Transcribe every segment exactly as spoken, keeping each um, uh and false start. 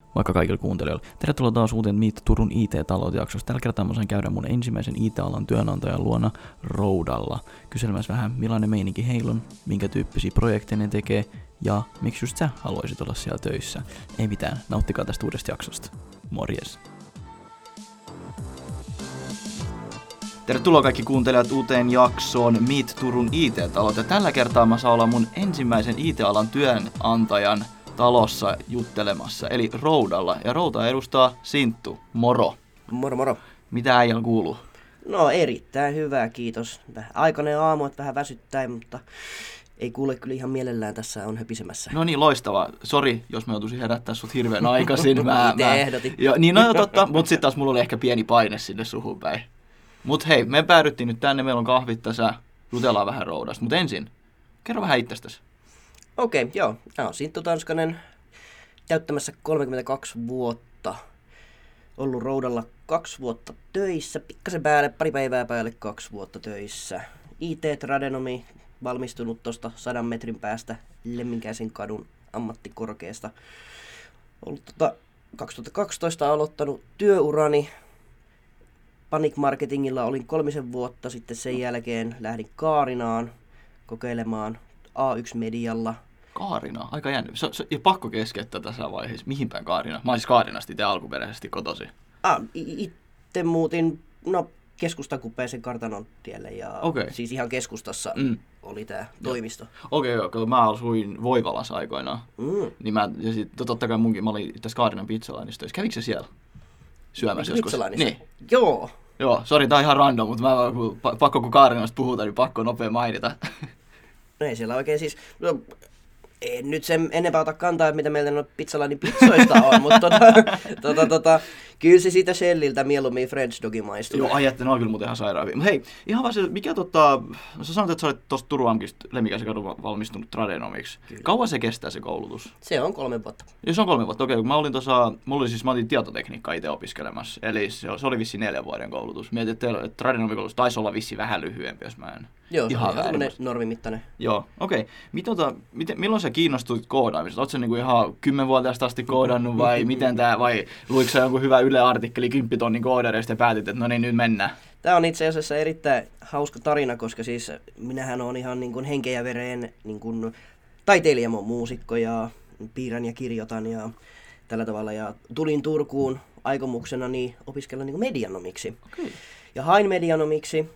vaikka kaikille kuuntelijoille. Tervetuloa taas uuteen Meet Turun I T-talot-jaksossa. Tällä kertaa mä sain käydä mun ensimmäisen I T-alan työnantajan luona Roudalla. Kyselemässä vähän millainen meininki heillä on, minkä tyyppisiä projekteja ne tekee ja miksi just sä haluaisit olla siellä töissä. Ei mitään, nauttikaa tästä uudesta jaksosta. Morjes! Tervetuloa kaikki kuuntelijat uuteen jaksoon Meet Turun I T-talot. Ja tällä kertaa mä saan olla mun ensimmäisen I T-alan työnantajan talossa juttelemassa, eli Roudalla. Ja Roudaa edustaa Sinttu. Moro. Moro moro. Mitä äijällä kuuluu? No erittäin hyvää, kiitos. Vähän aikainen aamu, että vähän väsyttää, mutta ei kuule kyllä ihan mielellään tässä on höpisemässä. No niin, loistavaa. Sori, jos mä joutuisin herättää sut hirveän aikaisin. Mä, Itse mä... ehdotin. Jo, niin no jo totta, mutta sitten taas mulla oli ehkä pieni paine sinne suhun päin. Mut hei, me päädyttiin nyt tänne, meillä on kahvit tässä, jutellaan vähän Roudasta. Mut ensin, kerro vähän itsestäsi. Okei, okay, joo. Mä oon Sinttu Tanskanen, täyttämässä kolmekymmentäkaksi vuotta. Ollut Roudalla kaksi vuotta töissä, pikkasen päälle, pari päivää päälle kaksi vuotta töissä. I T-tradenomi, valmistunut tuosta sadan metrin päästä Lemminkäisen kadun ammattikorkeasta. Ollut tota kaksituhattakaksitoista aloittanut työurani. Panic Marketingilla olin kolmisen vuotta, sitten sen jälkeen lähdin Kaarinaan kokeilemaan A yksi Medialla. Kaarina, aika jännä. Se, se, ja pakko keskeyttää tässä vaiheessa. Mihin päin Kaarina? Mä oon siis Kaarinasta itse alkuperäisesti kotosi. Ah, itse muutin, no keskustakupeeseen Kartanon tielle ja okay. Siis ihan keskustassa mm. oli tää toimisto. Okei, okay, joo, mä asuin Voivalassa aikoinaan. Mm. Niin mä, ja sit, totta kai munkin, mä olin tässä Kaarinan pizzalainissa töissä. Kävikö se siellä syömässä joskus? Niin. Joo. Joo, sori, tää on ihan random, mutta mä, kun, pakko kun Kaarinasta puhutaan, niin pakko nopea mainita. No ei siellä oikein siis, no, en nyt sen enempää ota kantaa, että mitä meillä noita pizzalainin pizzoista on, mutta tota, tota, tota, kyllä se siitä Shelliltä mieluummin French Dogin maistuu. Joo, ajattelin, ne on kyllä muuten ihan sairaan hyvin. Hei, ihan vaan se, mikä tota, sä sanoit, että sä olet tuosta Turun Amkista Lemminkäisen kadun valmistunut tradenomiksi. Kyllä. Kauan se kestää se koulutus? Se on kolme vuotta. Joo, se on kolme vuotta, okei. Okay, mä olin tuossa, mulla oli siis, mä olin tietotekniikkaa itse opiskelemassa, eli se, se oli vissiin neljän vuoden koulutus. Mietin, että tradenomikoulutus taisi olla vissiin vähän lyhyempi, jos mä en... Joo, se on ihan semmoinen normimittainen. Joo, okei. Okay. Tota, milloin sä kiinnostuit koodaamisesta? Ootko sä niinku ihan kymmenvuotiaasta asti koodannut vai miten tää, vai luiko sä jonkun hyvä Yle-artikkeli kymppitonnin koodareista ja päätit, että no niin, nyt mennään? Tää on itse asiassa erittäin hauska tarina, koska siis minähän on ihan niin kuin henkeä ja vereen niin kuin taiteilija, mä oon muusikko ja piirrän ja kirjoitan ja tällä tavalla. Ja tulin Turkuun aikomuksena niin opiskella niin kuin medianomiksi. Okay. Ja hain medianomiksi.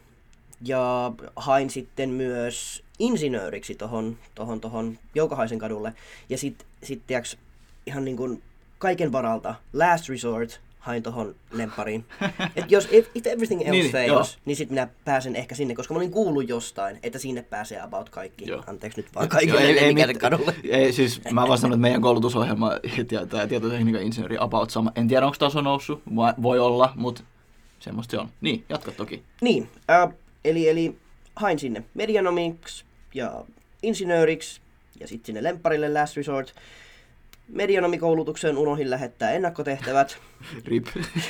Ja hain sitten myös insinööriksi tohon, tohon, tohon Joukahaisen kadulle. Ja sitten sit, tiiäks, ihan niin kuin kaiken varalta, last resort, hain tohon lemppariin. Että jos if, if everything else niin, fails, niin sitten minä pääsen ehkä sinne, koska mä olin kuullut jostain, että sinne pääsee about kaikki. Joo. Anteeksi nyt vaan kaikille Lemminkäisen kadulle. Ei, siis mä vaan sanon, että meidän koulutusohjelma ja tietotekniikan insinööri about sama. En tiedä, onko taso noussut, voi olla, mutta semmoista se on. Niin, jatka toki. Niin, äh, Eli, eli hain sinne medianomiksi ja insinööriksi ja sitten sinne lempparille last resort. Medianomikoulutukseen unohdin lähettää ennakkotehtävät. Rip.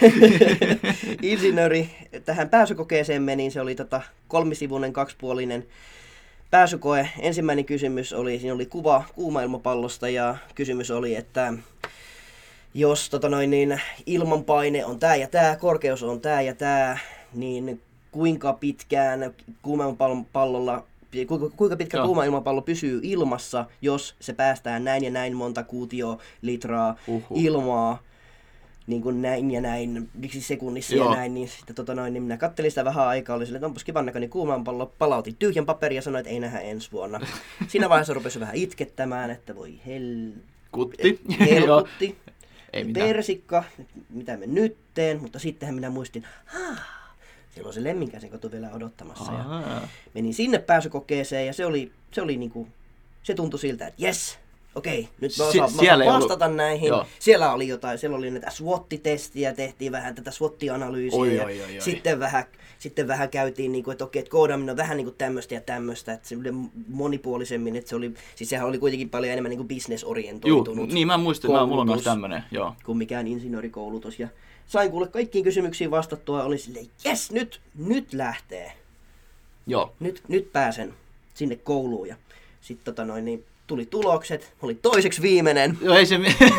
Insinööri tähän pääsykokeeseen meni, se oli tota kolmisivuinen, kaksipuolinen pääsykoe. Ensimmäinen kysymys oli, siinä oli kuva kuuma-ilmapallosta ja kysymys oli, että jos tota noin, niin ilmanpaine on tää ja tää, korkeus on tää ja tää, niin kuinka pitkään kuuma-ilmapallolla, kuinka pitkä kuuma-ilmapallo pysyy ilmassa, jos se päästään näin ja näin monta kuutiolitraa uhuh. ilmaa, niin kuin näin ja näin, sekunnissa Joo. ja näin, niin sitten tota noin, niin minä kattelin sitä vähän aikaa, oli silleen, että onpas kivan näköinen kuuma-ilmapallo, palautin tyhjän paperin ja sanoin, että ei nähdä ensi vuonna. Siinä vaiheessa rupesi vähän itkettämään, että voi hel... Kutti. Helkutti. Persikka, mitä me nyt teen, mutta sittenhän minä muistin, haa, siellä on se Lemminkäisen katu vielä odottamassa. Ja menin sinne pääsykokeeseen ja se oli, se oli niinku, se tuntui siltä, että jes, okei, nyt mä osaan, Sie- mä osaan vastata ollut... näihin. Joo. Siellä oli jotain, siellä oli näitä SWOT-testiä, tehtiin vähän tätä SWOT-analyysiä oi, ja oi, oi, oi. Sitten, vähän, sitten vähän käytiin, niinku, että okei, että koodaaminen on vähän niinku tämmöistä ja tämmöistä, että se oli monipuolisemmin, että se oli, siis sehän oli kuitenkin paljon enemmän niinku business-orientoitunut. Juu, niin mä muistin, että mulla on myös tämmönen, joo. Kuin mikään insinöörikoulutus ja sain kuule kaikkiin kysymyksiin vastattua ja olin silleen, jes, nyt, nyt lähtee. Joo. Nyt, nyt pääsen sinne kouluun ja sitten tota noin, niin tuli tulokset, oli toiseksi viimeinen. Joo, ei se...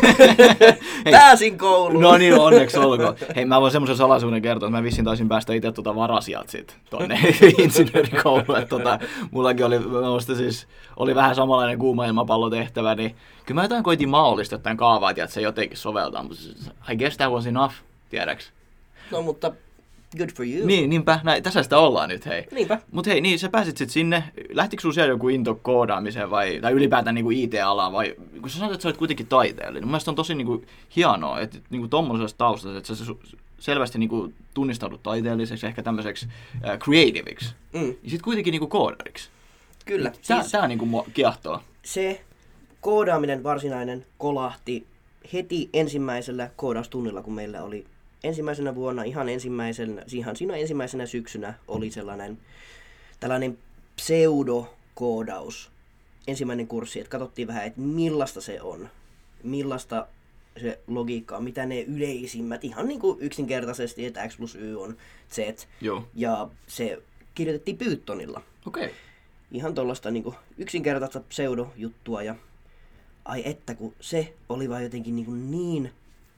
Pääsin kouluun. No niin, onneksi olkoon. Hei, mä voin semmoisen salaisuuden kertoa, että mä vissiin taisin päästä itse tuota varasijat sit tonne insinöörikouluun. Tota, mullakin oli, musta siis, oli vähän samanlainen kuuma ilmapallotehtävä, niin kyllä mä jotain koitin mahdollista tämän kaavaa, että se jotenkin soveltaa, mutta I guess that was enough, tiedäks? No mutta good for you. Niin, niinpä, näin, tässä sitä ollaan nyt, hei. Niinpä. Mut hei, niin sä pääsit sit sinne, lähtikö sun siellä joku into koodaamiseen vai, tai ylipäätään niinku I T-alaan vai, kun sä sanoit, että sä olet kuitenkin taiteellinen, mun mielestä on tosi niinku hienoa, että niinku tommosesta taustasta, että sä selvästi niinku tunnistaudut taiteelliseksi, ehkä tämmöiseksi äh, creativiksi, Mm. ja sit kuitenkin niinku koodariksi. Kyllä. Tää, Siis tää niinku mua kiehtoo. se koodaaminen varsinainen kolahti heti ensimmäisellä koodaustunnilla, kun meillä oli ensimmäisenä vuonna, ihan ensimmäisenä, ihan siinä ensimmäisenä syksynä oli sellainen tällainen pseudokoodaus, ensimmäinen kurssi, että katsottiin vähän, että millaista se on, millaista se logiikka on, mitä ne yleisimmät, ihan niin kuin yksinkertaisesti, että X plus Y on Z, Joo. ja se kirjoitettiin Pythonilla. Okei. Okay. Ihan tuollaista niin kuin yksinkertaista pseudojuttua, ja ai että, kun se oli vaan jotenkin niin, kuin niin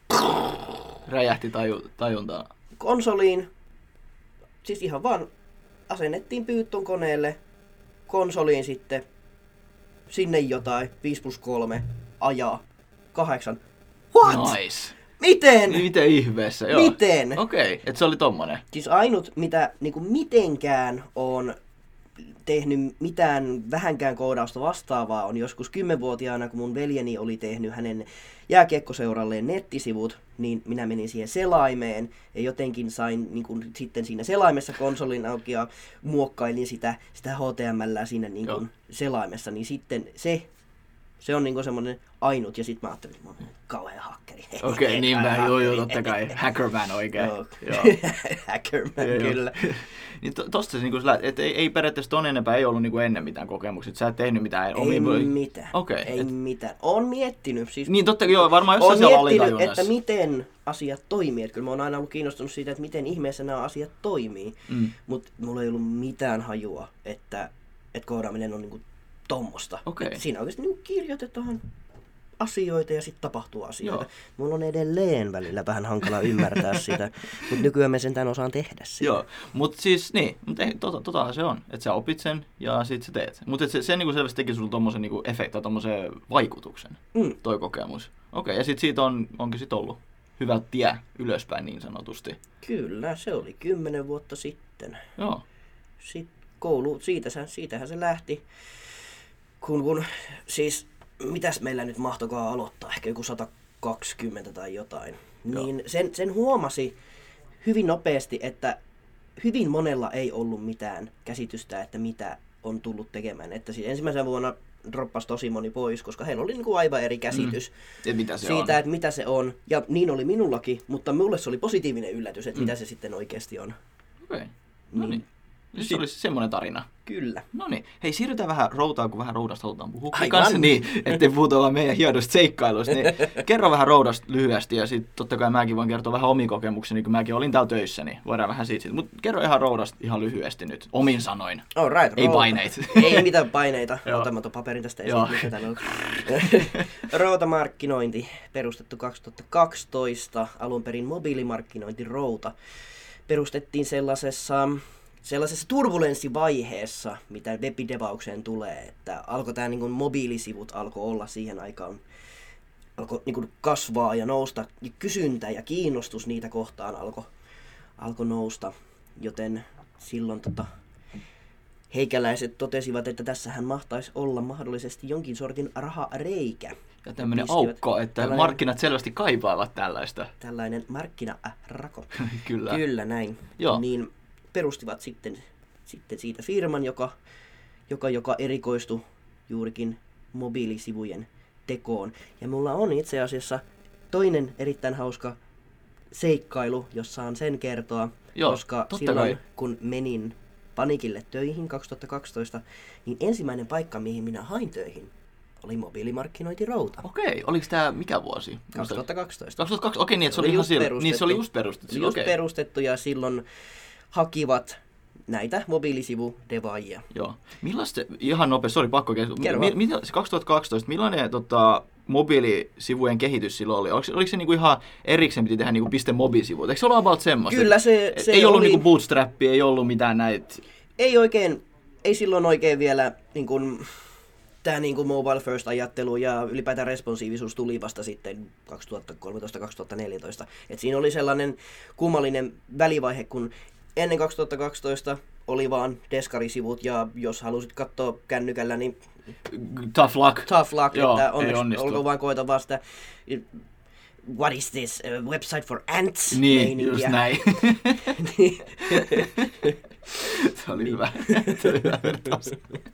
Räjähti taju, tajuntaa. konsoliin, siis ihan vaan asennettiin Python koneelle, konsoliin sitten, sinne jotain, viisi plus kolme, ajaa, kahdeksan. What? Nice. Miten? Niin miten ihmeessä, joo. Miten? Okei, okay, että se oli tommonen. Siis ainut, mitä niinku mitenkään on tehnyt mitään vähänkään koodausta vastaavaa, on joskus kymmenvuotiaana, kun mun veljeni oli tehnyt hänen jääkiekkoseuralleen nettisivut, niin minä menin siihen selaimeen ja jotenkin sain niin kuin, sitten siinä selaimessa konsolin auki ja muokkailin sitä, sitä H T M L:ää siinä niin kuin, selaimessa, niin sitten se, se on niin kuin semmoinen ainut, ja sitten mä ajattelin, että mä oon kauhean hakkeri. Okei, okay, niin mä, joo joo, totta kai, hackerman oikein. Joo. Joo. Hackerman, Joo, kyllä. Niin to, tosta niin sä, et ei, ei periaatteessa ton enempää ei ollut niinku ennen mitään kokemuksia, sä et tehnyt mitään. Ei omiin, mitään, okay, ei et, mitään. Oon miettinyt, siis niin totta joo, varmaan jossain oon siellä miettinyt, alitajunnassa. että miten asiat toimii. Että kyllä mä oon aina ollut kiinnostunut siitä, että miten ihmeessä nämä asiat toimii. Mm. Mutta mulla ei ollut mitään hajua, että, että koodaaminen on niinku tommosta. Okei. Et siinä oikeasti niinku kirjoitetaan asioita ja sitten tapahtuu asioita. Joo. Mulla on edelleen välillä vähän hankala ymmärtää sitä, mutta nykyään me sentään osaan tehdä sitä. Joo, mutta siis niin, mutta tota, totahan se on, että sä opit sen ja sit sä teet. Mutta se, se niinku selvästi teki sulla tommosen niinku efekti, tommosen vaikutuksen, Mm. toi kokemus. Okei, ja sit siitä on, onkin sit ollut hyvä tie ylöspäin niin sanotusti. Kyllä, se oli kymmenen vuotta sitten. Joo. Sitten koulu, siitä, siitähän se lähti, kun, kun siis mitäs meillä nyt mahtokaa aloittaa, ehkä joku sata kaksikymmentä tai jotain, Joo. niin sen, sen huomasi hyvin nopeasti, että hyvin monella ei ollut mitään käsitystä, että mitä on tullut tekemään. Että siis ensimmäisenä vuonna droppasi tosi moni pois, koska heillä oli niin kuin aivan eri käsitys mm. mitä se siitä, on. että mitä se on. Ja niin oli minullakin, mutta mulle se oli positiivinen yllätys, että Mm. mitä se sitten oikeasti on. Okei, no niin. Niin. Se oli semmoinen tarina. Kyllä. No niin, hei siirrytään vähän routaan, kun vähän roudasta halutaan puhua. Aivan. Kanssa, niin, ettei puhuta vaan meidän hienosta seikkailusta. Niin kerro vähän roudasta lyhyesti ja sitten totta kai mäkin voin kertoa vähän omia kokemukseni, kun mäkin olin täällä töissä, niin voidaan vähän siitä. Mutta kerro ihan roudasta ihan lyhyesti nyt, omin sanoin. All right, Ei routa. paineita. Ei mitään paineita. Joo. Otan mä tuon paperin tästä Joo. esiin. Mikä täällä on. Routamarkkinointi, perustettu kaksituhattakaksitoista, alun perin mobiilimarkkinointi Routa. Perustettiin sellaisessa, sellaisessa turbulenssivaiheessa, mitä webidevaukseen tulee, että alkoi tämä niin kuin mobiilisivut alkoi olla siihen aikaan, alkoi niin kuin kasvaa ja nousta, ja kysyntä ja kiinnostus niitä kohtaan alkoi alkoi nousta, joten silloin tota, heikäläiset totesivat, että tässähän mahtaisi olla mahdollisesti jonkin sortin rahareikä. Ja tämmöinen Pistivät aukko, että tällainen- markkinat selvästi kaipaavat tällaista. Tällainen markkinarako. Kyllä. Kyllä näin. Joo. Niin perustivat sitten, sitten siitä firman, joka, joka, joka erikoistui juurikin mobiilisivujen tekoon. Ja mulla on itse asiassa toinen erittäin hauska seikkailu, jos saan sen kertoa, Joo, koska totta silloin kai. kun menin Panikille töihin kaksituhattakaksitoista, niin ensimmäinen paikka, mihin minä hain töihin, oli mobiilimarkkinointi Routa. Okei, oliko tämä mikä vuosi? kaksituhattakaksitoista. kaksituhattakaksi, okei niin, että se oli Oli ihan just silloin. perustettu. Niin se oli just perustettu. Se oli just Okei. perustettu ja silloin hakivat näitä mobiilisivudevaajia. Joo. Millaista, ihan nopeasti, sori pakko Kerro. mi, mi, kaksituhattakaksitoista, millainen tota, mobiilisivujen kehitys silloin oli? Oliko, oliko se niinku ihan erikseen piti tehdä niinku piste mobi-sivuja? Eikö se ollut about semmoista? Kyllä se, se ei ollut oli... niinku bootstrappia, ei ollut mitään näitä... Ei oikein, ei silloin oikein vielä niin kuin, tämä niin kuin mobile first ajattelu ja ylipäätään responsiivisuus tuli vasta sitten kaksituhattakolmetoista kaksituhattaneljätoista. Et siinä oli sellainen kummallinen välivaihe, kun ennen kaksituhattakaksitoista oli vaan deskarisivut ja jos halusit katsoa kännykällä, niin tough luck. Tough luck, Joo, että onneksi olkoon vaan koeta vasta. What is this? A website for ants? Niin, meininkiä. just näin. Se oli hyvä. Se oli hyvä vertaus.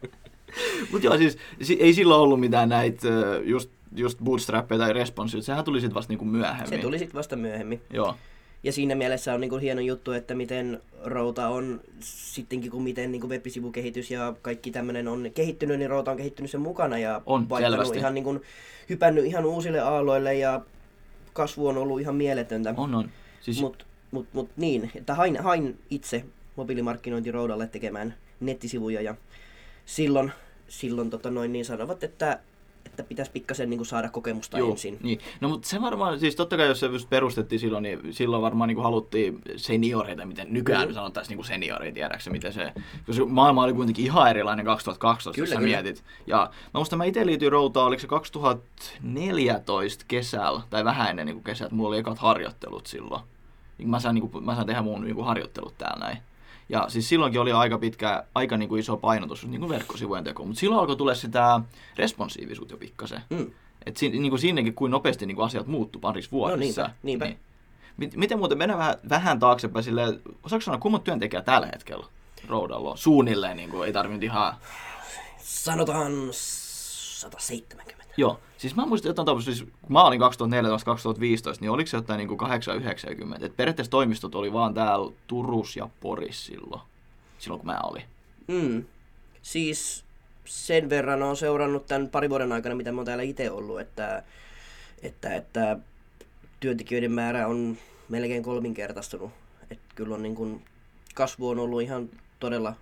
Mut joo, siis ei silloin ollut mitään näitä just, just bootstrappeja tai responsive. Sehän tuli sitten vasta niinku myöhemmin. Se tuli sitten vasta myöhemmin. Joo. Ja siinä mielessä on niinku hieno juttu, että miten Routa on sittenkin, kun miten niinku web-sivukehitys ja kaikki tämmöinen on kehittynyt, niin Routa on kehittynyt sen mukana ja on, selvästi. ihan niinku, hypännyt ihan uusille aalloille ja kasvu on ollut ihan mieletöntä. On, on. Siis... Mut, mut, mut niin, että hain, hain itse mobiilimarkkinointi Roudalle tekemään nettisivuja ja silloin, silloin tota noin, niin sanovat, että että pitäisi pikkasen niin kuin saada kokemusta Joo, ensin. Niin. No mutta se varmaan, siis totta kai jos se perustettiin silloin, niin silloin varmaan niin kuin haluttiin senioreita, miten nykyään mm. sanottaisiin niin kuin senioreita, tiedäksä miten se, koska maailma oli kuitenkin ihan erilainen kaksituhattakaksitoista, kyllä, jos sä kyllä. mietit. Ja mä muistan, mä itse liityin Routaan, oliko se kaksituhattaneljätoista kesällä, tai vähän ennen niin kuin kesää, että mulla oli ekat harjoittelut silloin. Mä sain, niin kuin, mä sain tehdä mun niin kuin harjoittelut täällä näin. Ja siis silloinkin oli aika pitkä, aika niin kuin iso painotus niin kuin verkkosivujen tekoon, mutta silloin alkoi tulla sitä responsiivisuutta jo pikkasen. Mm. Että si, niin kuin siinäkin, kuin nopeasti niin kuin asiat muuttui parissa vuodessa. No niinpä, niinpä. Niin. Miten muuten, mennään vähän, vähän taaksepäin silleen, osaatko sanoa, kuinka monta työntekijää tällä hetkellä Roudalla on? Suunnilleen, niin kuin, ei tarvitse ihan... Sanotaan sata seitsemänkymmentä. Joo, siis mä muistan jotain tapauksessa, siis kun mä olin kaksituhattaneljätoista kaksituhattaviisitoista, niin oliko se jotain niin kuin kahdeksankymmentä yhdeksänkymmentä? Et periaatteessa toimistot oli vaan täällä Turussa ja Porissa silloin, silloin kun mä olin. Mm. Siis sen verran olen seurannut tämän parin vuoden aikana, mitä mä oon täällä itse ollut, että, että, että työntekijöiden määrä on melkein kolminkertaistunut. Että kyllä on niin kuin, kasvu on ollut ihan todella...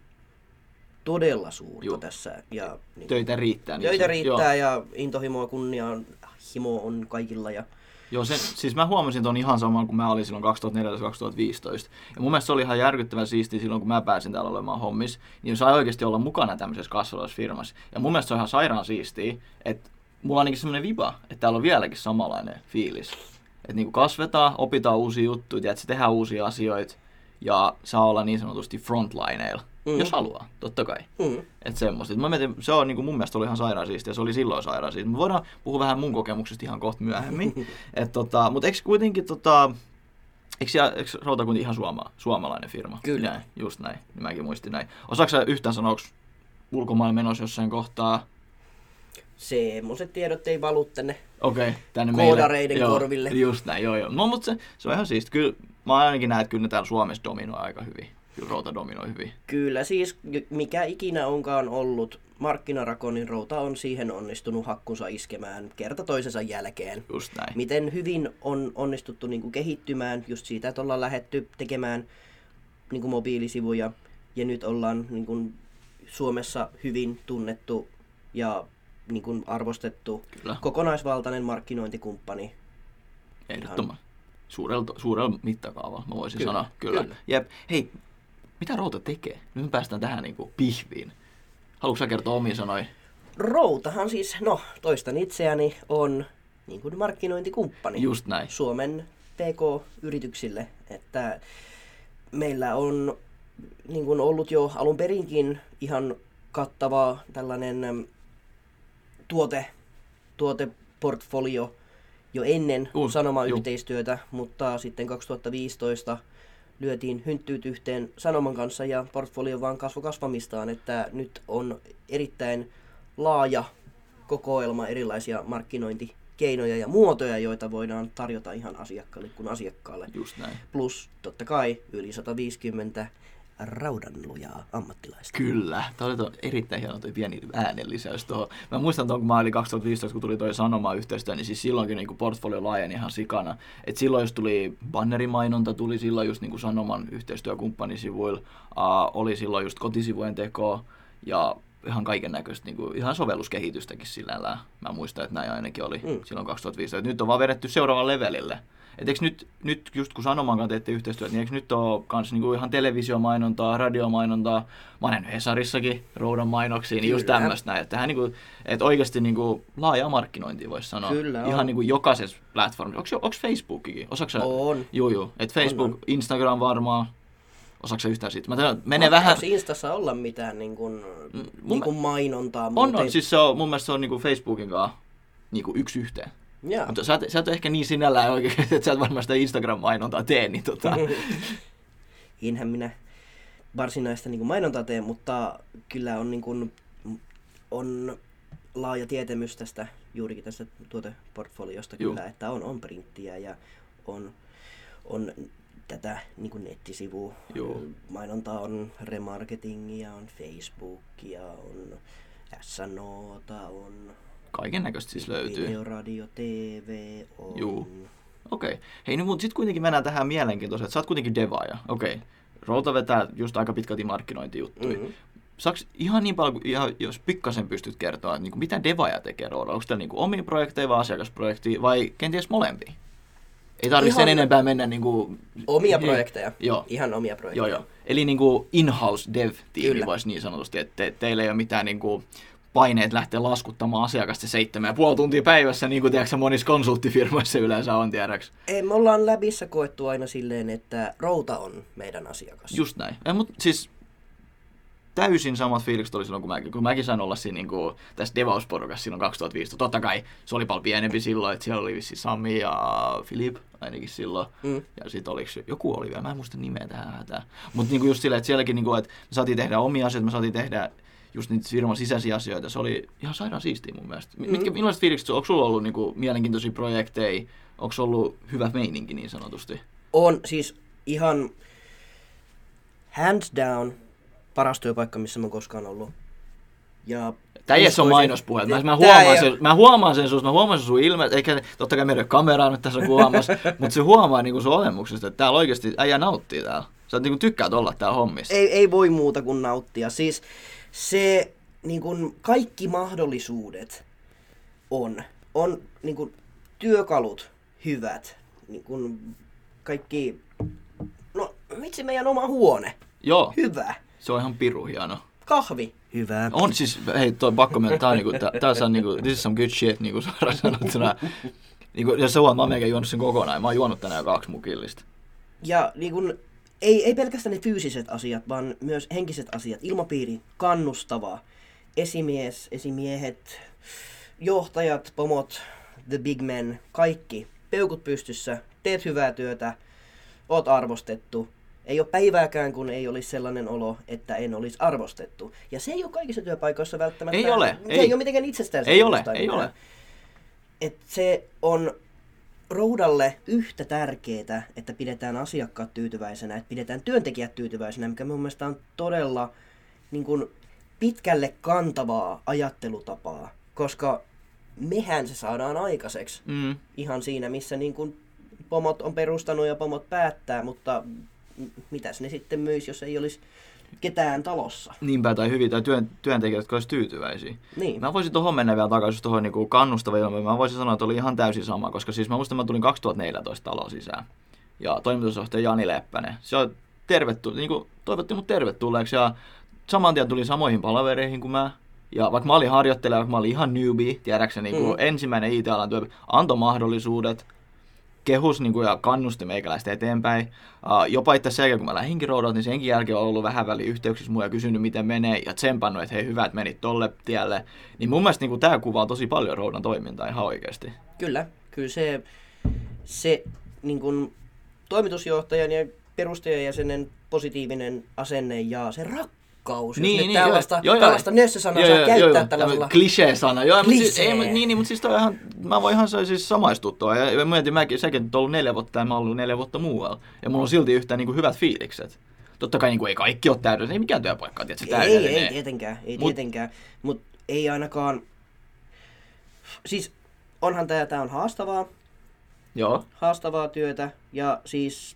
todella suurta Juh. tässä. Ja, niin, töitä riittää. Niin töitä se, riittää joo. Ja intohimoa, kunniaa, himo on kaikilla. Ja... Joo, se, siis mä huomasin ton ihan saman kuin mä olin silloin kaksituhattaneljätoista kaksituhattaviisitoista. Ja mun mielestä se oli ihan järkyttävän siistiä silloin, kun mä pääsin täällä olemaan hommissa. Niin sai oikeasti olla mukana tämmöisessä kasvavassa firmassa. Ja mun mielestä se on ihan sairaan siistiä, että mulla on ainakin semmoinen viba, että täällä on vieläkin samanlainen fiilis. Että niinku kasvetaan, opitaan uusia juttuja, että se tehdään uusia asioita. Ja saa olla niin sanotusti frontlineilla. Mm. Jos haluaa, totta kai. Mm. Että semmoista. Mä mietin, se on niin kuin mun mielestä oli ihan sairaan siistiä, se oli silloin sairaan siistiä. Me voidaan puhua vähän mun kokemuksesta ihan kohta myöhemmin. Et tota, mutta eikö kuitenkin, tota, eikö, eikö Routa kuitenkin ihan suoma, suomalainen firma? Kyllä. Näin, just näin, niin mäkin muistin näin. Osaatko sä yhtään sanoa, onko ulkomaille menossa jossain kohtaa? Semmoiset tiedot ei valu tänne, okay, tänne koodareiden meille. korville. Joo, just näin, joo joo. No mutta se, se on ihan siistiä. Kyllä mä ainakin näen, että kyllä ne täällä Suomessa dominoi aika hyvin. Kyllä Routa dominoi hyvin. Kyllä, siis mikä ikinä onkaan ollut markkinarako, niin Routa on siihen onnistunut hakkunsa iskemään kerta toisensa jälkeen. Just näin. Miten hyvin on onnistuttu niin kuin kehittymään just siitä, että ollaan lähdetty tekemään niin kuin mobiilisivuja ja nyt ollaan niin kuin Suomessa hyvin tunnettu ja niin kuin arvostettu Kyllä. kokonaisvaltainen markkinointikumppani. Ehdottoman. Suurella, suurella mittakaavalla, mä voisin Kyllä. sanoa. Kyllä. Kyllä. Jep. Hei, mitä Routa tekee? Nyt me päästään tähän niin kuin pihviin. Haluatko sä kertoa omiin sanoin? Routahan siis, no toistan itseäni, on niin kuin markkinointikumppani. Just näin. Suomen P K-yrityksille. Että meillä on niin kuin ollut jo alun perinkin ihan kattava tällainen tuote, tuoteportfolio jo ennen uh, Sanoma-yhteistyötä, ju. mutta sitten kaksituhattaviisitoista lyötiin hynttyyt yhteen Sanoman kanssa ja portfolio vaan kasvoi kasvamistaan, että nyt on erittäin laaja kokoelma erilaisia markkinointikeinoja ja muotoja, joita voidaan tarjota ihan asiakkaalle kuin asiakkaalle. Just näin. Plus totta kai yli sata viisikymmentä raudanlujaa ammattilaista. Kyllä. Tämä oli erittäin hieno toi pieni äänenlisäys tuohon. Mä muistan tuon, kun mä olin kaksituhattaviisitoista, kun tuli toi Sanoma-yhteistyö, niin siis silloinkin niin portfolio laajeni ihan sikana. Et silloin jos tuli bannerimainonta, tuli silloin just niin Sanoman yhteistyökumppanisivuilla, uh, oli silloin just kotisivujen teko ja ihan kaiken näköistä, niin kuin, ihan sovelluskehitystäkin sillä. Mä muistan, että näin ainakin oli mm. silloin kaksituhattaviisitoista. Nyt on vaan vedetty seuraavalle levelille. Et eikö nyt, nyt just kun Sanoman kanssa teette yhteistyötä, niin eikö nyt ole kans niinku ihan televisiomainontaa, radiomainontaa, mä oon nähnyt Hesarissakin Roudan mainoksia, niin just tämmöistä näin. Että niinku, et oikeasti niinku laajaa markkinointia voisi sanoa. Kyllä ihan on. Niinku jokaisessa platformissa. Onko Facebookikin? Osaatko sä? On. Juu, juu. Et Facebook, on, on. Instagram varmaan. Osaatko sä yhtään siitä? Mä tiedän, menee Mä vähän... Instassa olla mitään niinku, mun niinku mainontaa. On, muuten. on. Siis se on, mun mielestä se on niinku Facebookin kanssa niinku yksi yhteen. Jaa. Mutta sä et, sä et ole ehkä niin sinällään oikein, että sä et varmaan sitä Instagram-mainontaa tee, niin tota... Inhän minä varsinaista niin kuin mainontaa tee, mutta kyllä on, niin kuin, on laaja tietämys tästä, juurikin tästä tuoteportfoliosta Juh. kyllä, että on, on printtiä ja on, on tätä niin kuin nettisivua. Juh. Mainontaa on remarketingia, on Facebookia, on S N O:ta, on... Kaiken näköistä siis löytyy. Video, radio, T V on... Juu. Okei. Okay. Hei, niin mutta sitten kuitenkin mennään tähän mielenkiintoiseen, että sä oot kuitenkin devaaja. Okei. Okay. Routa vetää just aika pitkälti markkinointijuttuja. Mm-hmm. Saaks ihan niin paljon, ihan, jos pikkasen pystyt kertoa, että niin kuin, mitä devaaja tekee Roudalla? Onko teillä niin kuin omia projekteja vai asiakasprojekteja vai kenties molempia? Ei tarvitse sen enempää mennä niin kuin... Omia projekteja. Joo. Ihan omia projekteja. Joo, joo. Eli niin kuin in-house dev-tiimi voisi niin sanotusti, että te, teillä ei ole mitään... Niin kuin paineet lähteä laskuttamaan asiakasta seitsemän ja puoli tuntia päivässä, niin kuin tiedätkö, monissa konsulttifirmoissa yleensä on, tiedäks. Ei, me ollaan läbissä koettu aina silleen, että Routa on meidän asiakas. Just näin. Ja, mutta siis täysin samat fiilikset oli silloin, kun mäkin, kun mäkin sain olla siinä niin kuin, tässä devausporukassa silloin kaksituhattaviisitoista. Totta kai se oli paljon pienempi silloin, että siellä oli vissi Sami ja Filip ainakin silloin. Mm. Ja sitten oliko joku oli vielä, mä en muista nimeä tähän hätään. Mutta niin just silleen, että sielläkin, niin kuin, että me saatiin tehdä omia asioita, me saatiin tehdä just niitä firman sisäisiä asioita. Se oli ihan sairaan siistiä mun mielestä. Mitkä, mm. millaiset fiilikset, onko sulla ollut niin kuin, mielenkiintoisia projekteja? Onko ollut hyvä meininki niin sanotusti? On siis ihan hands down paras työpaikka, missä mä oon koskaan ollut. Ja Tää ei on mainospuhe. Mä, mä, huomaan sen, mä huomaan sen sun, mä huomaan sen sun ilme, eikä totta kai meidän kameraa nyt tässä kuvaamassa, mutta se huomaa niinku sun olemuksesta, että täällä oikeasti äijä nauttii täällä. Sä niinku tykkäät olla täällä hommissa. Ei, ei voi muuta kuin nauttia. Siis se niinku, kaikki mahdollisuudet on. On niinku, työkalut hyvät. Niinku, kaikki, no vitsi meidän oma huone. Joo. Hyvä. Se on ihan piru hieno. Kahvi. Hyvä. On siis, hei toi pakko mennä, tää on niinku, tää, tää on niinku, this is some good shit, niinku suoraan sanottuna. Niinku, jos sä huomaat, mä oon melkein juonut sen kokonaan, mä oon juonut tänään jo kaksi mukillista. Ja niinku, ei, ei pelkästään ne fyysiset asiat, vaan myös henkiset asiat. Ilmapiiri, kannustava, esimies, esimiehet, johtajat, pomot, the big men, kaikki. Peukut pystyssä, teet hyvää työtä, oot arvostettu. Ei ole päivääkään, kun ei olisi sellainen olo, että en olisi arvostettu. Ja se ei ole kaikissa työpaikoissa välttämättä. Ei ole. Se ei, ei ole mitenkään itsestään. Ei ole, ei ole. Et se on Roudalle yhtä tärkeää, että pidetään asiakkaat tyytyväisenä, että pidetään työntekijät tyytyväisenä, mikä mun mielestä on todella niin kuin, pitkälle kantavaa ajattelutapaa, koska mehän se saadaan aikaiseksi mm. ihan siinä, missä niin kuin, pomot on perustanut ja pomot päättää, mutta mitäs ne sitten myisi, jos ei olisi ketään talossa. Niinpä, tai hyvin, tai työn, työntekijät, jotka olisi tyytyväisiä. Niin. Mä voisin tuohon mennä vielä takaisin tuohon niin kannustava ilma. Mä voisin sanoa, että oli ihan täysin sama, koska siis mä muistan, että mä tulin kaksituhattaneljätoista taloon sisään. Ja toimitusjohtaja Jani Leppänen. Se on tervetullut, niin kuin toivotti mut tervetulleeksi ja saman tien tuli samoihin palavereihin kuin mä. Ja vaikka mä olin harjoittelija, vaikka mä olin ihan newbie, tiedäkseni niin kuin mm. ensimmäinen I T-alan työ, antoi mahdollisuudet. Kehus niin kuin, ja kannusti meikäläistä eteenpäin. Uh, jopa itse asiassa kun mä lähdinkin Roudalta, niin senkin jälkeen on ollut vähän väliin yhteyksissä mua ja kysynyt, miten menee, ja tsempannut, että hei, hyvä, että menit tolle tielle. Niin mun mielestä niin tämä kuvaa tosi paljon Roudan toimintaa ihan oikeasti. Kyllä, kyllä se, se niin kuin, toimitusjohtajan ja perustajajäsenen positiivinen asenne ja se rakkaus. Jos niin, nyt niin, tällaista, joo, tällaista nössösanaa saa käyttää joo, tällaisella... Klisee-sana. Joo, Klisee. Mutta siis, ei, niin, niin, mutta siis toi ihan, mä voin ihan siis samaistuttua. Ja, ja mietin, mäkin, säkin on ollut neljä vuotta ja mä oon ollut neljä vuotta muualla. Ja mulla on silti yhtään niin kuin hyvät fiilikset. totta kai niin kuin ei kaikki ole täydellinen, ei mikään työpaikka, tietysti ei, täydellinen. ei tietenkään, ei Mut, tietenkään, mutta ei ainakaan, siis onhan tää, tää on haastavaa, joo. haastavaa työtä ja siis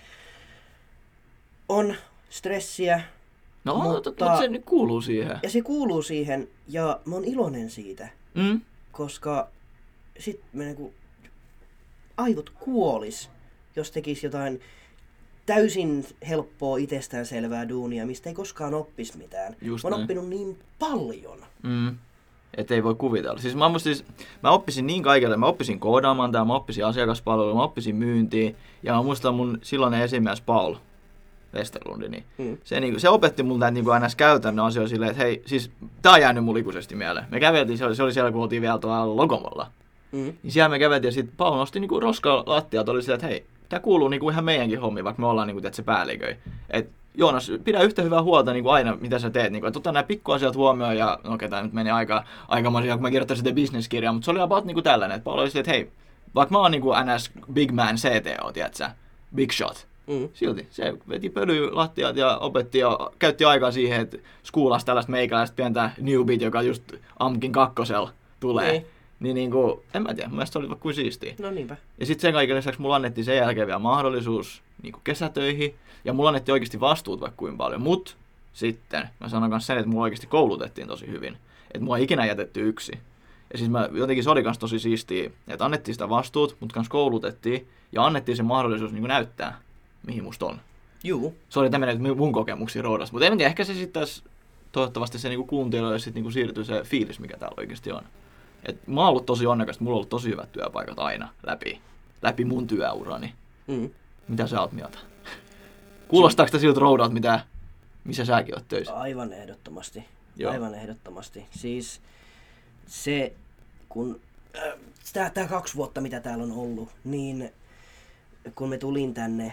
on stressiä. No, mutta, mutta se nyt kuuluu siihen. Ja se kuuluu siihen ja mä oon iloinen siitä, Mm. koska sit me niinku aivot kuolis, jos tekis jotain täysin helppoa itsestäänselvää duunia, mistä ei koskaan oppis mitään. Just mä oon näin. oppinut niin paljon. Mm. Että ei voi kuvitella. Siis mä, siis, mä oppisin niin kaikille. Mä oppisin koodaamaan tää, mä oppisin asiakaspalvelua, mä oppisin myyntiä. Ja mä muistan mun silloinen esimies Paul Westerlundi, niin mm. se, niin, se opetti mulle näitä niin aina käytännön asioita silleen, että hei, siis tää on jäänyt mulle ikuisesti mieleen. Me käveltiin, se oli, se oli siellä, kun oltiin vielä tuolla Logomolla. Mm. Niin siellä me käveltiin ja sitten Paul nosti niin roskaa lattialta, oli silleen, että hei, tää kuuluu niin kuin ihan meidänkin hommiin, vaikka me ollaan niin kuin, se päälliköi. Et Joonas, pidä yhtä hyvää huolta niin kuin aina, mitä sä teet. Niin kuin, että ota nämä pikkuasiat huomioon ja no okei, tää nyt meni aika, aikamoisia, kun mä kirjoitin sitä business-kirjaa, mutta se oli about niin kuin tällainen, että Paul oli silleen, että hei, vaikka mä oon niin kuin N S Big Man C T O, tiedätkö, Big Shot. Mm. Silti se veti pölyä lattiat ja opetti ja käytti aikaa siihen, että skuulasi tällaista meikäläistä pientä newbit, joka just Amkin kakkosella tulee. Niin. Niin niinku, en mä tiedä, mun mielestä se oli kuin siistiä. No niinpä. Ja sitten sen kaiken lisäksi mulla annettiin sen jälkeen vielä mahdollisuus niinku kesätöihin. Ja mulla annettiin oikeasti vastuut vaikka kuin paljon. Mut sitten mä sanon myös sen, että mulla oikeasti koulutettiin tosi hyvin. Että mua ei ikinä jätetty yksi. Ja siis mä, jotenkin se oli kans tosi siistiä, että annettiin sitä vastuut, mutta kans koulutettiin. Ja annettiin se mahdollisuus niinku näyttää, mihin musta on. Juu. Se oli tämmöinen mun kokemuksia roodasta. Mutta en tiedä, ehkä se sitten toivottavasti se niinku kuuntelijoille sit niinku siirtyy se fiilis, mikä täällä oikeasti on. Et mä oon ollut tosi onnekas, mulla on ollut tosi hyvät työpaikat aina läpi, läpi mun työurani. Mm. Mitä sä oot mieltä? Kuulostaako sitä siltä roudalta, mitä, missä säkin oot töissä? Aivan ehdottomasti. Joo. Aivan ehdottomasti. Siis se, kun äh, tää, tää kaksi vuotta, mitä täällä on ollut, niin kun me tulin tänne,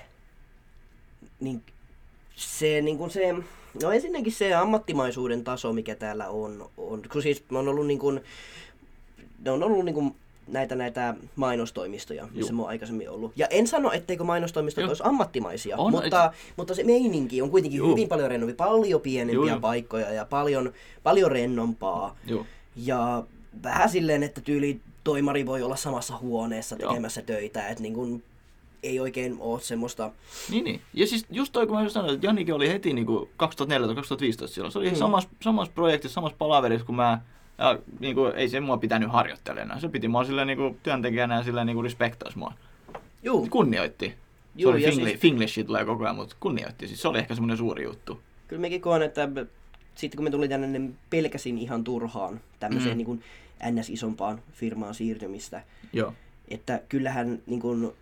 niin se, niin kun se, no ensinnäkin se ammattimaisuuden taso, mikä täällä on, on kun siis on ollut niin kun, ne on ollut niin kuin näitä, näitä mainostoimistoja, missä mä oon aikaisemmin ollut. Ja en sano, etteikö mainostoimistot olisi ammattimaisia, on, mutta, et... mutta se meininki on kuitenkin Juh. hyvin paljon rennompi, paljon pienempiä Juh. paikkoja ja paljon, paljon rennompaa. Juh. Ja vähän silleen, että tyyli toimari voi olla samassa huoneessa tekemässä Joo. töitä, että niin kuin ei oikein ole semmoista... Niin, niin. Ja siis just toi, kun mä just sanoin, että Janikin oli heti niin kuin kaksituhattaneljätoista kaksituhattaviisitoista silloin. Se oli hmm. samassa, samassa projektissa, samassa palaverissa, kun mä... Ja niin kuin, ei se mua pitänyt harjoittelijana. Se piti mua silleen, niin kuin, työntekijänä ja silleen, niin kuin, respektaisi mua. Juu. Kunnioitti. Juu, se oli fingli, siis... finglishia tulee koko ajan, mutta kunnioitti. Siis se oli ehkä semmoinen suuri juttu. Kyllä mekin koen, että sitten kun me tuli tänne, niin pelkäsin ihan turhaan tämmöiseen mm. niin kuin N S-isompaan firmaan siirtymistä. Joo. Että kyllähän niin kuin,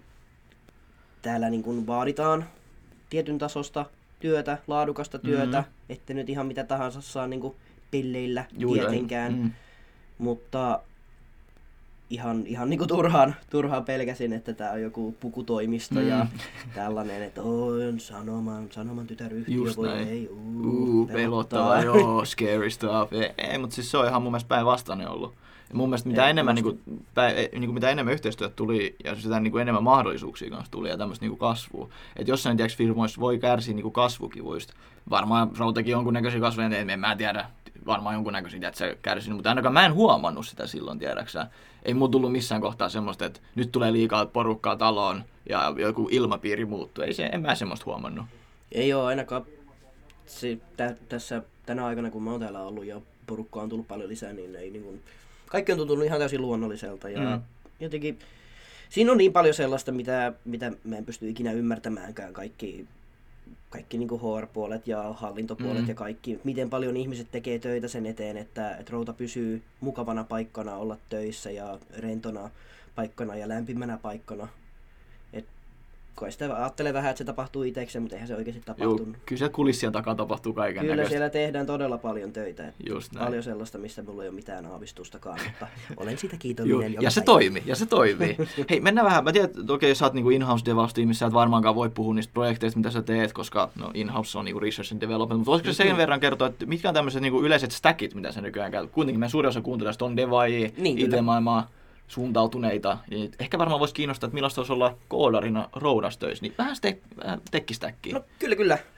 täällä niin kuin, vaaditaan tietyn tasosta työtä, laadukasta työtä, mm-hmm. että nyt ihan mitä tahansa saa niin kuin, pelleillä Juu, tietenkään, mm. mutta ihan, ihan niinku turhaan, turhaan pelkäsin, että tää on joku pukutoimisto mm. ja tällainen, että on sanoman, sanoman tytäryhtiö, voi ei, uu, uu pelottavaa, joo, scary stuff. Ei, ei mutta siis se on ihan mun mielestä päinvastainen ollut. Ja mun mielestä mitä, ei, enemmän, niinku, päin, niinku, mitä enemmän yhteistyötä tuli ja sitä niinku, enemmän mahdollisuuksia kanssa tuli ja tämmöistä niinku, kasvua. Että jossain tiiäks, firmoissa voi kärsiä niinku, kasvukivuista. Varmaan Rautakin jonkunnäköisiä kasvoja, en mä tiedä. Varmaan jonkunnäköisiä, että se kärsinyt, mutta ainakaan mä en huomannut sitä silloin, tiedäksä. Ei mun tullut missään kohtaa semmoista, että nyt tulee liikaa porukkaa taloon ja joku ilmapiiri muuttuu. Ei se, en mä semmoista huomannut. Ei oo ainakaan se, tä, tässä tänä aikana, kun mä oon täällä ollut ja porukkaa on tullut paljon lisää, niin ei niin kuin, kaikki on tuntunut ihan täysin luonnolliselta. Ja mm. jotenkin siinä on niin paljon sellaista, mitä, mitä mä en pysty ikinä ymmärtämäänkään kaikki. Kaikki niin kuin H R-puolet ja hallintopuolet mm. ja kaikki, miten paljon ihmiset tekee töitä sen eteen, että, että Routa pysyy mukavana paikkana olla töissä ja rentona paikkana ja lämpimänä paikkana. Et, kai sitä ajattelee vähän, että se tapahtuu itsekseen, mutta eihän se oikeasti tapahtunut. Joo, kyllä siellä kulissien takaa tapahtuu kaiken Kyllä näköistä. siellä tehdään todella paljon töitä. Just näin. Paljon sellaista, mistä mulla ei ole mitään aavistustakaan, mutta olen siitä kiitollinen. Ja se toimii, ja se toimii. Hei, mennään vähän. Mä tiedän, että okei, sä oot niinku in-house DevOps-tiimissä, et varmaankaan voi puhua niistä projekteista, mitä sä teet, koska no, in-house on niinku research and development. Mutta voisitko sen verran kertoa, että mitkä on tämmöiset niinku yleiset stackit, mitä sä nykyään käytät? Kuitenkin meidän suurin osa kuuntelijoista on devaajia, niin, I T-maailmaa suuntautuneita. Ehkä varmaan voisi kiinnostaa, että millaista olisi olla koodarina Roudassa töissä. Niin vähän, te- vähän tekkistäkkiä. No kyllä, kyllä.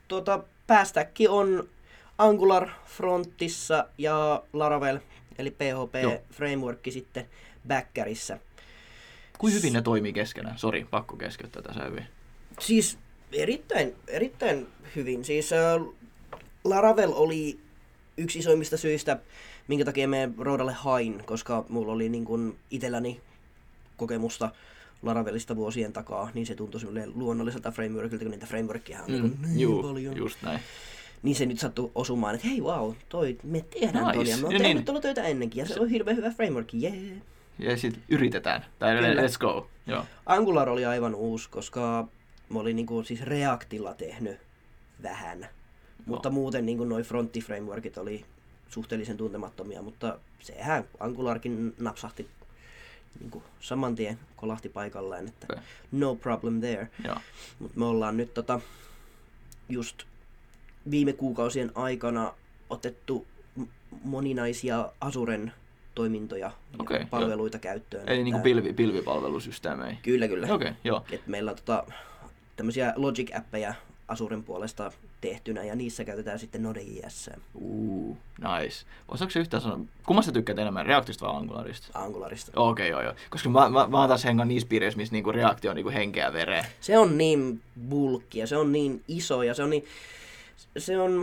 tuota, päästäkki on Angular frontissa ja Laravel, eli P H P-frameworkki sitten backerissä. Kuinka hyvin ne toimii keskenään? Sori, pakko keskeyttää tässä hyvin. Siis erittäin, erittäin hyvin. Siis äh, Laravel oli yksi isoimmista syistä, minkä takia me Roudalle hain, koska mulla oli niin kuin itselläni kokemusta Laravelista vuosien takaa, niin se tuntui luonnolliselta frameworkilta, kun niitä frameworkia on mm, niin juu, paljon. Just näin. Niin se nyt sattui osumaan, että hei wow, toi, me tehdään nice. Toi, ja me on ja tehnyt niin. tuolla töitä ennenkin, ja se, se on hirveän hyvä framework, jee. Yeah. Ja sitten yritetään, tai Kyllä. let's go. Joo. Angular oli aivan uusi, koska mä olin niinku siis Reactilla tehnyt vähän, no. mutta muuten niinku noi frontti-frameworkit oli suhteellisen tuntemattomia, mutta sehän Angularkin napsahti niinku saman tien kolahti paikalleen, että okay. no problem there. Mutta me ollaan nyt tota, just viime kuukausien aikana otettu moninaisia Azuren toimintoja okay, ja palveluita jo. käyttöön. Eli niin kuin pilvi, pilvipalvelusysteemejä. Kyllä, kyllä. Okay, jo. Et meillä on tota, tämmöisiä Logic-appeja Azuren puolesta tehtynä, ja niissä käytetään sitten Node.js. Uh, nice. Osaatko se yhtään sanoa, kummasta tykkäät enemmän, Reactista vai Angularista? Angularista. Okei, okay, joo, joo. Koska mä, mä, mä oon taas hengan niissä piirissä, missä niinku React on niinku henkeä vereä. Se on niin bulkki, ja se on niin iso, ja se on niin, se on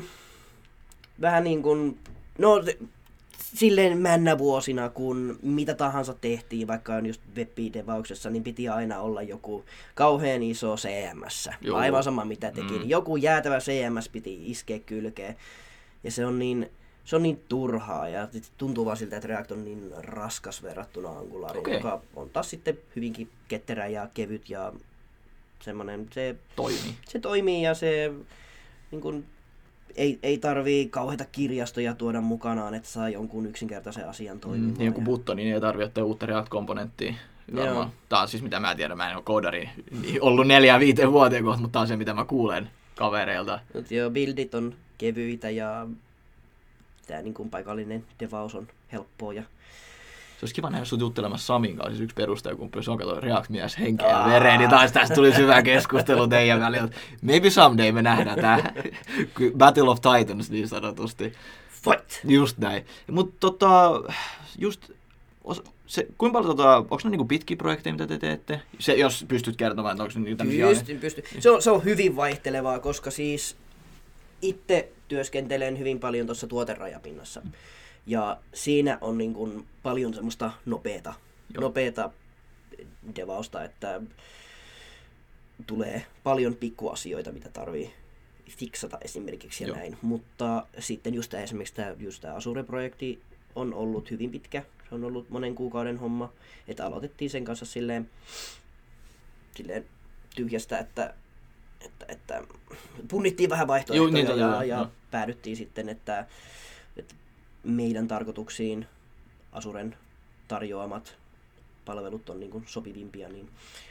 vähän niin kuin, no silleen männä vuosina, kun mitä tahansa tehtiin, vaikka on just web-devauksessa, niin piti aina olla joku kauhean iso C M S. Joo. Aivan sama mitä teki. Mm. Joku jäätävä C M S piti iskeä kylkeen. Ja se on niin, se on niin turhaa ja tuntuu vaan siltä, että React on niin raskas verrattuna Angulariin, okay. joka on taas sitten hyvinkin ketterä ja kevyt ja semmoinen, se toimii. Se toimii ja se niin kuin, Ei, ei tarvii kauheita kirjastoja tuoda mukanaan, että saa jonkun yksinkertaisen asian toimimaan. Mm, joku butto, niin ei tarvitse ottaa uutta React-komponenttia. Tämä on siis mitä mä tiedän, mä en ole koodari ollut neljään viiteen vuoteen kohta, mutta tämä on se mitä mä kuulen kavereilta. Mut joo, buildit on kevyitä ja tämä niin kuin paikallinen devaus on helppoa. Ja se olisi kiva nähdä sut juttelemassa Samin kanssa, siis yksi perustajakumppani, se on kato React-mies henkeä ja vereen, niin taas tästä tuli hyvä keskustelu teidän välillä. Maybe someday me nähdään tää Battle of Titans niin sanotusti. Fight! Just näin. Mutta tota, just, se, kuinka paljon, tota, onko ne niinku pitkiä projekteja, mitä te teette? Se, jos pystyt kertomaan, että onko ne niinku tämmöisiä... Pystyn, pystyn. Se on, se on hyvin vaihtelevaa, koska siis itse työskentelen hyvin paljon tuossa tuoterajapinnassa. Ja siinä on niin kuin paljon semmoista nopeata, nopeata devausta, että tulee paljon pikkuasioita, mitä tarvii fiksata esimerkiksi ja Joo. näin. Mutta sitten just tämä, esimerkiksi tämä, just tämä Azure-projekti on ollut hyvin pitkä. Se on ollut monen kuukauden homma. Että aloitettiin sen kanssa silleen, silleen tyhjästä, että, että, että punnittiin vähän vaihtoehtoja Joo, niin, ja, ja no. päädyttiin sitten, että, että meidän tarkoituksiin Azuren tarjoamat palvelut on niin kuin sopivimpia, niin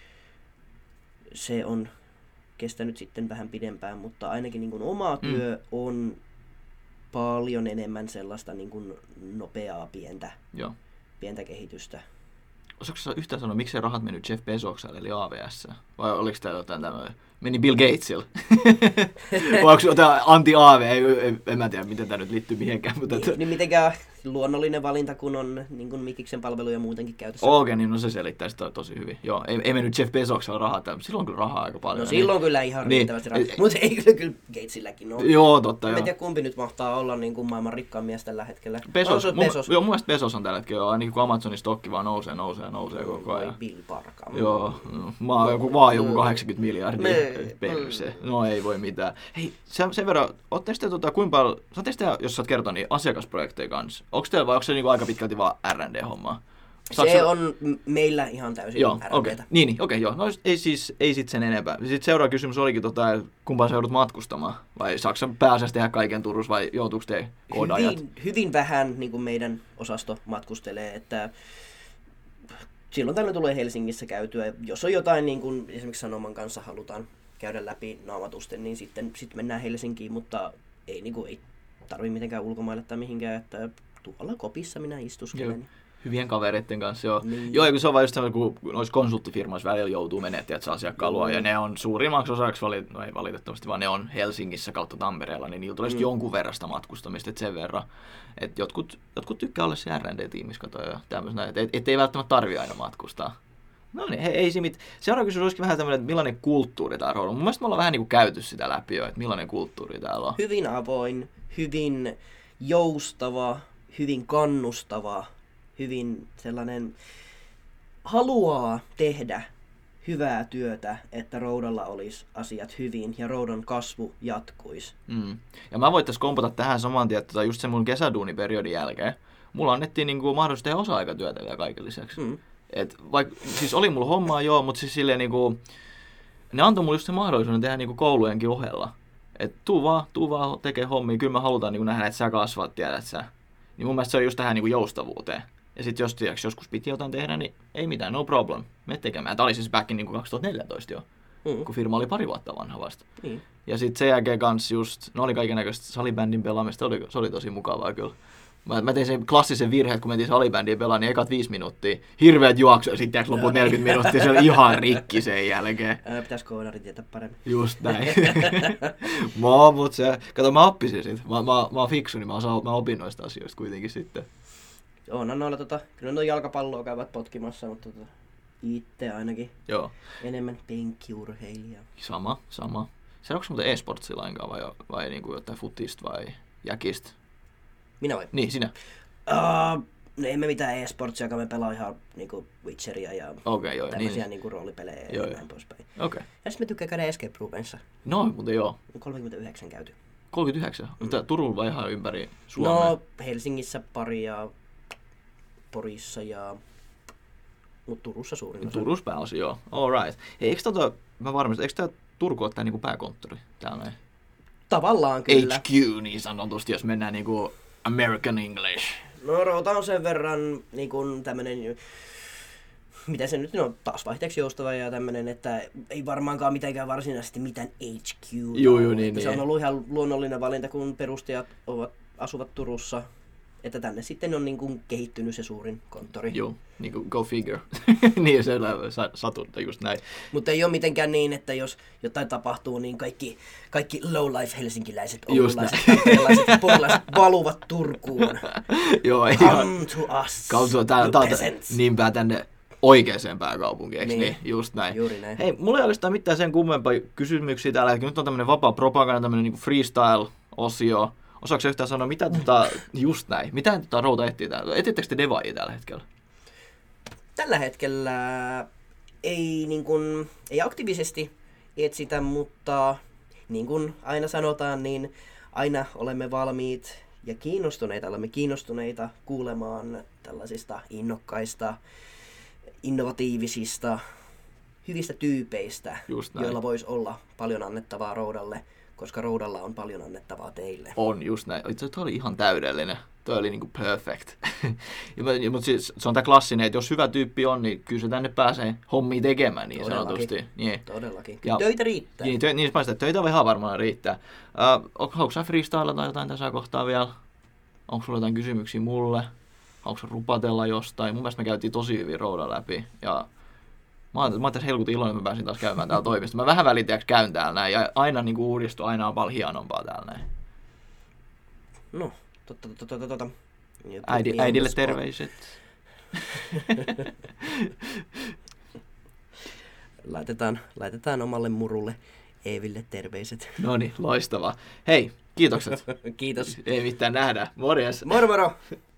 se on kestänyt sitten vähän pidempään, mutta ainakin niin kuin oma työ mm. on paljon enemmän sellaista niin kuin nopeaa pientä, Joo. pientä kehitystä. Osaatko sä yhtään sanoa, miksi rahat mennyt Jeff Bezokselle eli A W S? Vai oliko täällä jotain tämmöinen? Meni Bill Gatesille. Vai onko jotain anti-A W? En, en mä tiedä, miten tämä nyt liittyy mihinkään. Mutta niin, niin mitenkään luonnollinen valinta, kun on niin kuin Mikiksen palveluja muutenkin käytössä. Okei, okay, niin no se selittää sitä tosi hyvin. Joo, ei, ei mennyt Jeff Bezoksella rahaa tämmöistä. Silloin on kyllä rahaa aika paljon. No silloin niin, kyllä ihan niin, riittävästi rahaa. Mutta ei kyllä, kyllä Gatesilläkin ole. Joo, totta joo. En tiedä kumpi nyt mahtaa olla niin kuin maailman rikkaan mies tällä hetkellä. Bezos. No, Bezos. Joo, mun mielestä Bezos on tällä hetkellä jo. Ainakin kun Amazonin stokki vaan nousee, nousee, nousee koko ajan. Bill Parka. Joo, no, mä oon joku, vaan joku kahdeksankymmentä miljardia perse. No ei voi mitään. Hei, sen, sen verran, ootte sitten tota, kuinka paljon, saatte sitten, jos saat kertoa, niin asiakasprojekteja kanssa. Onko teillä vai onko se niinku aika pitkälti vaan R and D-hommaa? Saatko se on meillä ihan täysin joo, R and D:tä. Okay. Niin, niin okei, okay, joo. No ei siis, ei sit sen enempää. Sitten seuraava kysymys olikin, tota, kumpaan sä joudut matkustamaan? Vai saako sä pääasiassa tehdä kaiken Turussa vai joutuuko te koodaajat? Hyvin, hyvin vähän niin kuin meidän osasto matkustelee, että silloin tällöin tulee Helsingissä käytyä. Jos on jotain, niin kuin esimerkiksi Sanoman kanssa halutaan käydä läpi naamatusten, niin sitten sit mennään Helsinkiin, mutta ei, niin kuin, ei tarvitse mitenkään ulkomaille tai mihinkään, että tuolla kopissa minä istuskelen. Hyvien kavereiden kanssa, joo. Niin. Joo, kun se on vaan just sellainen, kun noissa konsulttifirmoissa välillä joutuu menemään, että asiakkaan luo, ja ne on suurimmaksi osaksi, vali- no ei valitettavasti, vaan ne on Helsingissä kautta Tampereella, niin niillä tulee mm. jonkun verran sitä matkustamista, että sen verran, että jotkut, jotkut tykkää olla se R and D-tiimissä, katoa ja tämmöisenä, että et, et ei välttämättä tarvitse aina matkustaa. No niin, hei, ei se mit. Seuraava kysymys olisikin vähän tämmöinen, että millainen kulttuuri täällä on. Mun mielestä me ollaan vähän niin kuin käyty sitä läpi jo, että millainen kulttuuri täällä on. Hyvin avoin, hyvin joustava, hyvin kannustava, hyvin sellainen haluaa tehdä hyvää työtä, että Roudalla olisi asiat hyvin ja Roudan kasvu jatkuisi. Mm. Ja mä voin tässä kompata tähän saman tien, että just sen mun kesäduuniperiodin jälkeen mulla annettiin niin kuin mahdollisuus tehdä osa-aikatyötä vielä kaiken lisäksi. Mm. Et vaik, siis oli mulla hommaa joo, mutta siis silleen niinku, ne antoi mulle just se mahdollisuuden tehdä niinku koulujenkin ohella. Et tuu vaan, tuu vaan tekee hommia, kyllä me halutaan niinku nähdä, että sä kasvat, tiedät sä. Niin mun mielestä se on just tähän niinku joustavuuteen. Ja sit jos tiiäks, joskus piti jotain tehdä, niin ei mitään, no problem, me tekemään. Tää oli siis back in niinku kaksituhattaneljätoista jo, mm. kun firma oli pari vuotta vanha vasta. Mm. Ja sit sen jälkeen kans just, no oli kaikennäköistä salibändin pelaamista, oli, se oli tosi mukavaa kyllä. Mä, mä tein sen klassisen virheen, kun mentiin salibändiin pelaan, niin ekat viisi minuuttia, hirveät juoksuja, ja sitten loput neljäkymmentä minuuttia, se oli ihan rikki sen jälkeen. Ää, pitäis koodari tietää paremmin. Just näin. mä oon, mut se, kato mä oppisin sit, mä, mä, mä oon fiksu, niin mä, osaan, mä opin noista asioista kuitenkin sitten. Onhan noilla tota, kyllä noin jalkapalloa käyvät potkimassa, mutta tota, itse ainakin Joo. enemmän penkkiurheilija. Sama, sama. Seuraavaksi muuten e-sportsia lainkaan vai, vai niinku jotain futista vai jäkistä? Minä vai? Niin, sinä. Uh, no emme mitään e-sportsia, joka me pelaa ihan niinku Witcheria ja okay, joo, tämmöisiä niin. niinku roolipelejä joo, ja näin poispäin. Okay. Ja sitten me tykkää käydä escape roomissa. No, mutta joo. kolmekymmentäyhdeksän käyty. kolmekymmentäyhdeksän? Mm. Mutta Turulla vai ihan ympäri Suomea? No, Helsingissä pari ja Porissa ja... Mut Turussa suurin osa. Turussa pääosin, joo. Alright. Hei, eikö tota, mä varmistan, eikö tää Turku ole tää niinku pääkonttori? Täällä näin? Tavallaan kyllä. H Q niin sanotusti, jos mennään niinku American English. No Routa on sen verran niin kuin tämmönen, mitä se nyt on, taas vaihteeksi joustava ja tämmönen, että ei varmaankaan mitenkään varsinaisesti mitään H Q. Joo, joo, niin, se niin. on ollut ihan luonnollinen valinta, kun perustajat ovat, asuvat Turussa, että tänne sitten on niin kuin kehittynyt se suurin konttori. Joo, niin kuin go figure. niin se satutta just näin. Mutta ei ole mitenkään niin, että jos jotain tapahtuu, niin kaikki, kaikki low-life helsinkiläiset, oululaiset, tamperelaiset, porilaiset valuvat Turkuun. Joo, ei Come to us, Come tää, tää, niinpä tänne oikeaan pääkaupunkiin, eikö niin. niin? Just näin. Juuri näin. Hei, mulla ei oikeastaan mitään sen kummempaa kysymyksiä täällä, että nyt on tämmönen vapaa propaganda, tämmönen niinku freestyle-osio. Osaatko sä yhtään sanoa, mitä tota, just näin, mitä tota Routa etsii täällä? Etsittekö te devaajia tällä hetkellä? Tällä hetkellä ei, niin kun, ei aktiivisesti etsitä, mutta niin kuin aina sanotaan, niin aina olemme valmiit ja kiinnostuneita, olemme kiinnostuneita kuulemaan tällaisista innokkaista, innovatiivisista, hyvistä tyypeistä, joilla voisi olla paljon annettavaa Roudalle, koska Roudalla on paljon annettavaa teille. On, just näin. Itse asiassa oli ihan täydellinen. Toi oli niinku perfect. Mutta siis, se on tää klassinen, että jos hyvä tyyppi on, niin kyllä se tänne pääsee hommia tekemään niin Todellakin. sanotusti. Niin. Todellakin. Ja, töitä riittää. Niin, tö, niin mä sitä, töitä ihan varmaan riittää. Uh, Haluatko sä freestylata tai jotain tässä kohtaa vielä? Onko sulla jotain kysymyksiä mulle? Haluatko sä rupatella jostain? Mun mielestä me käytiin tosi hyvin Roudan läpi. Ja Mä oon, mä oon tässä helkutin iloinen, että mä pääsin taas käymään täällä toimistossa. Mä vähän välitäjäksi käyn täällä näin ja aina niin kuin uudistuu, aina on paljon hienompaa täällä näin. No, totta, totta, totta, totta. Äidi, äidille terveiset. laitetaan, laitetaan omalle murulle Eeville terveiset. No niin, loistavaa. Hei, kiitokset. Kiitos. Ei mitään, nähdään. Morjes. Moro moro.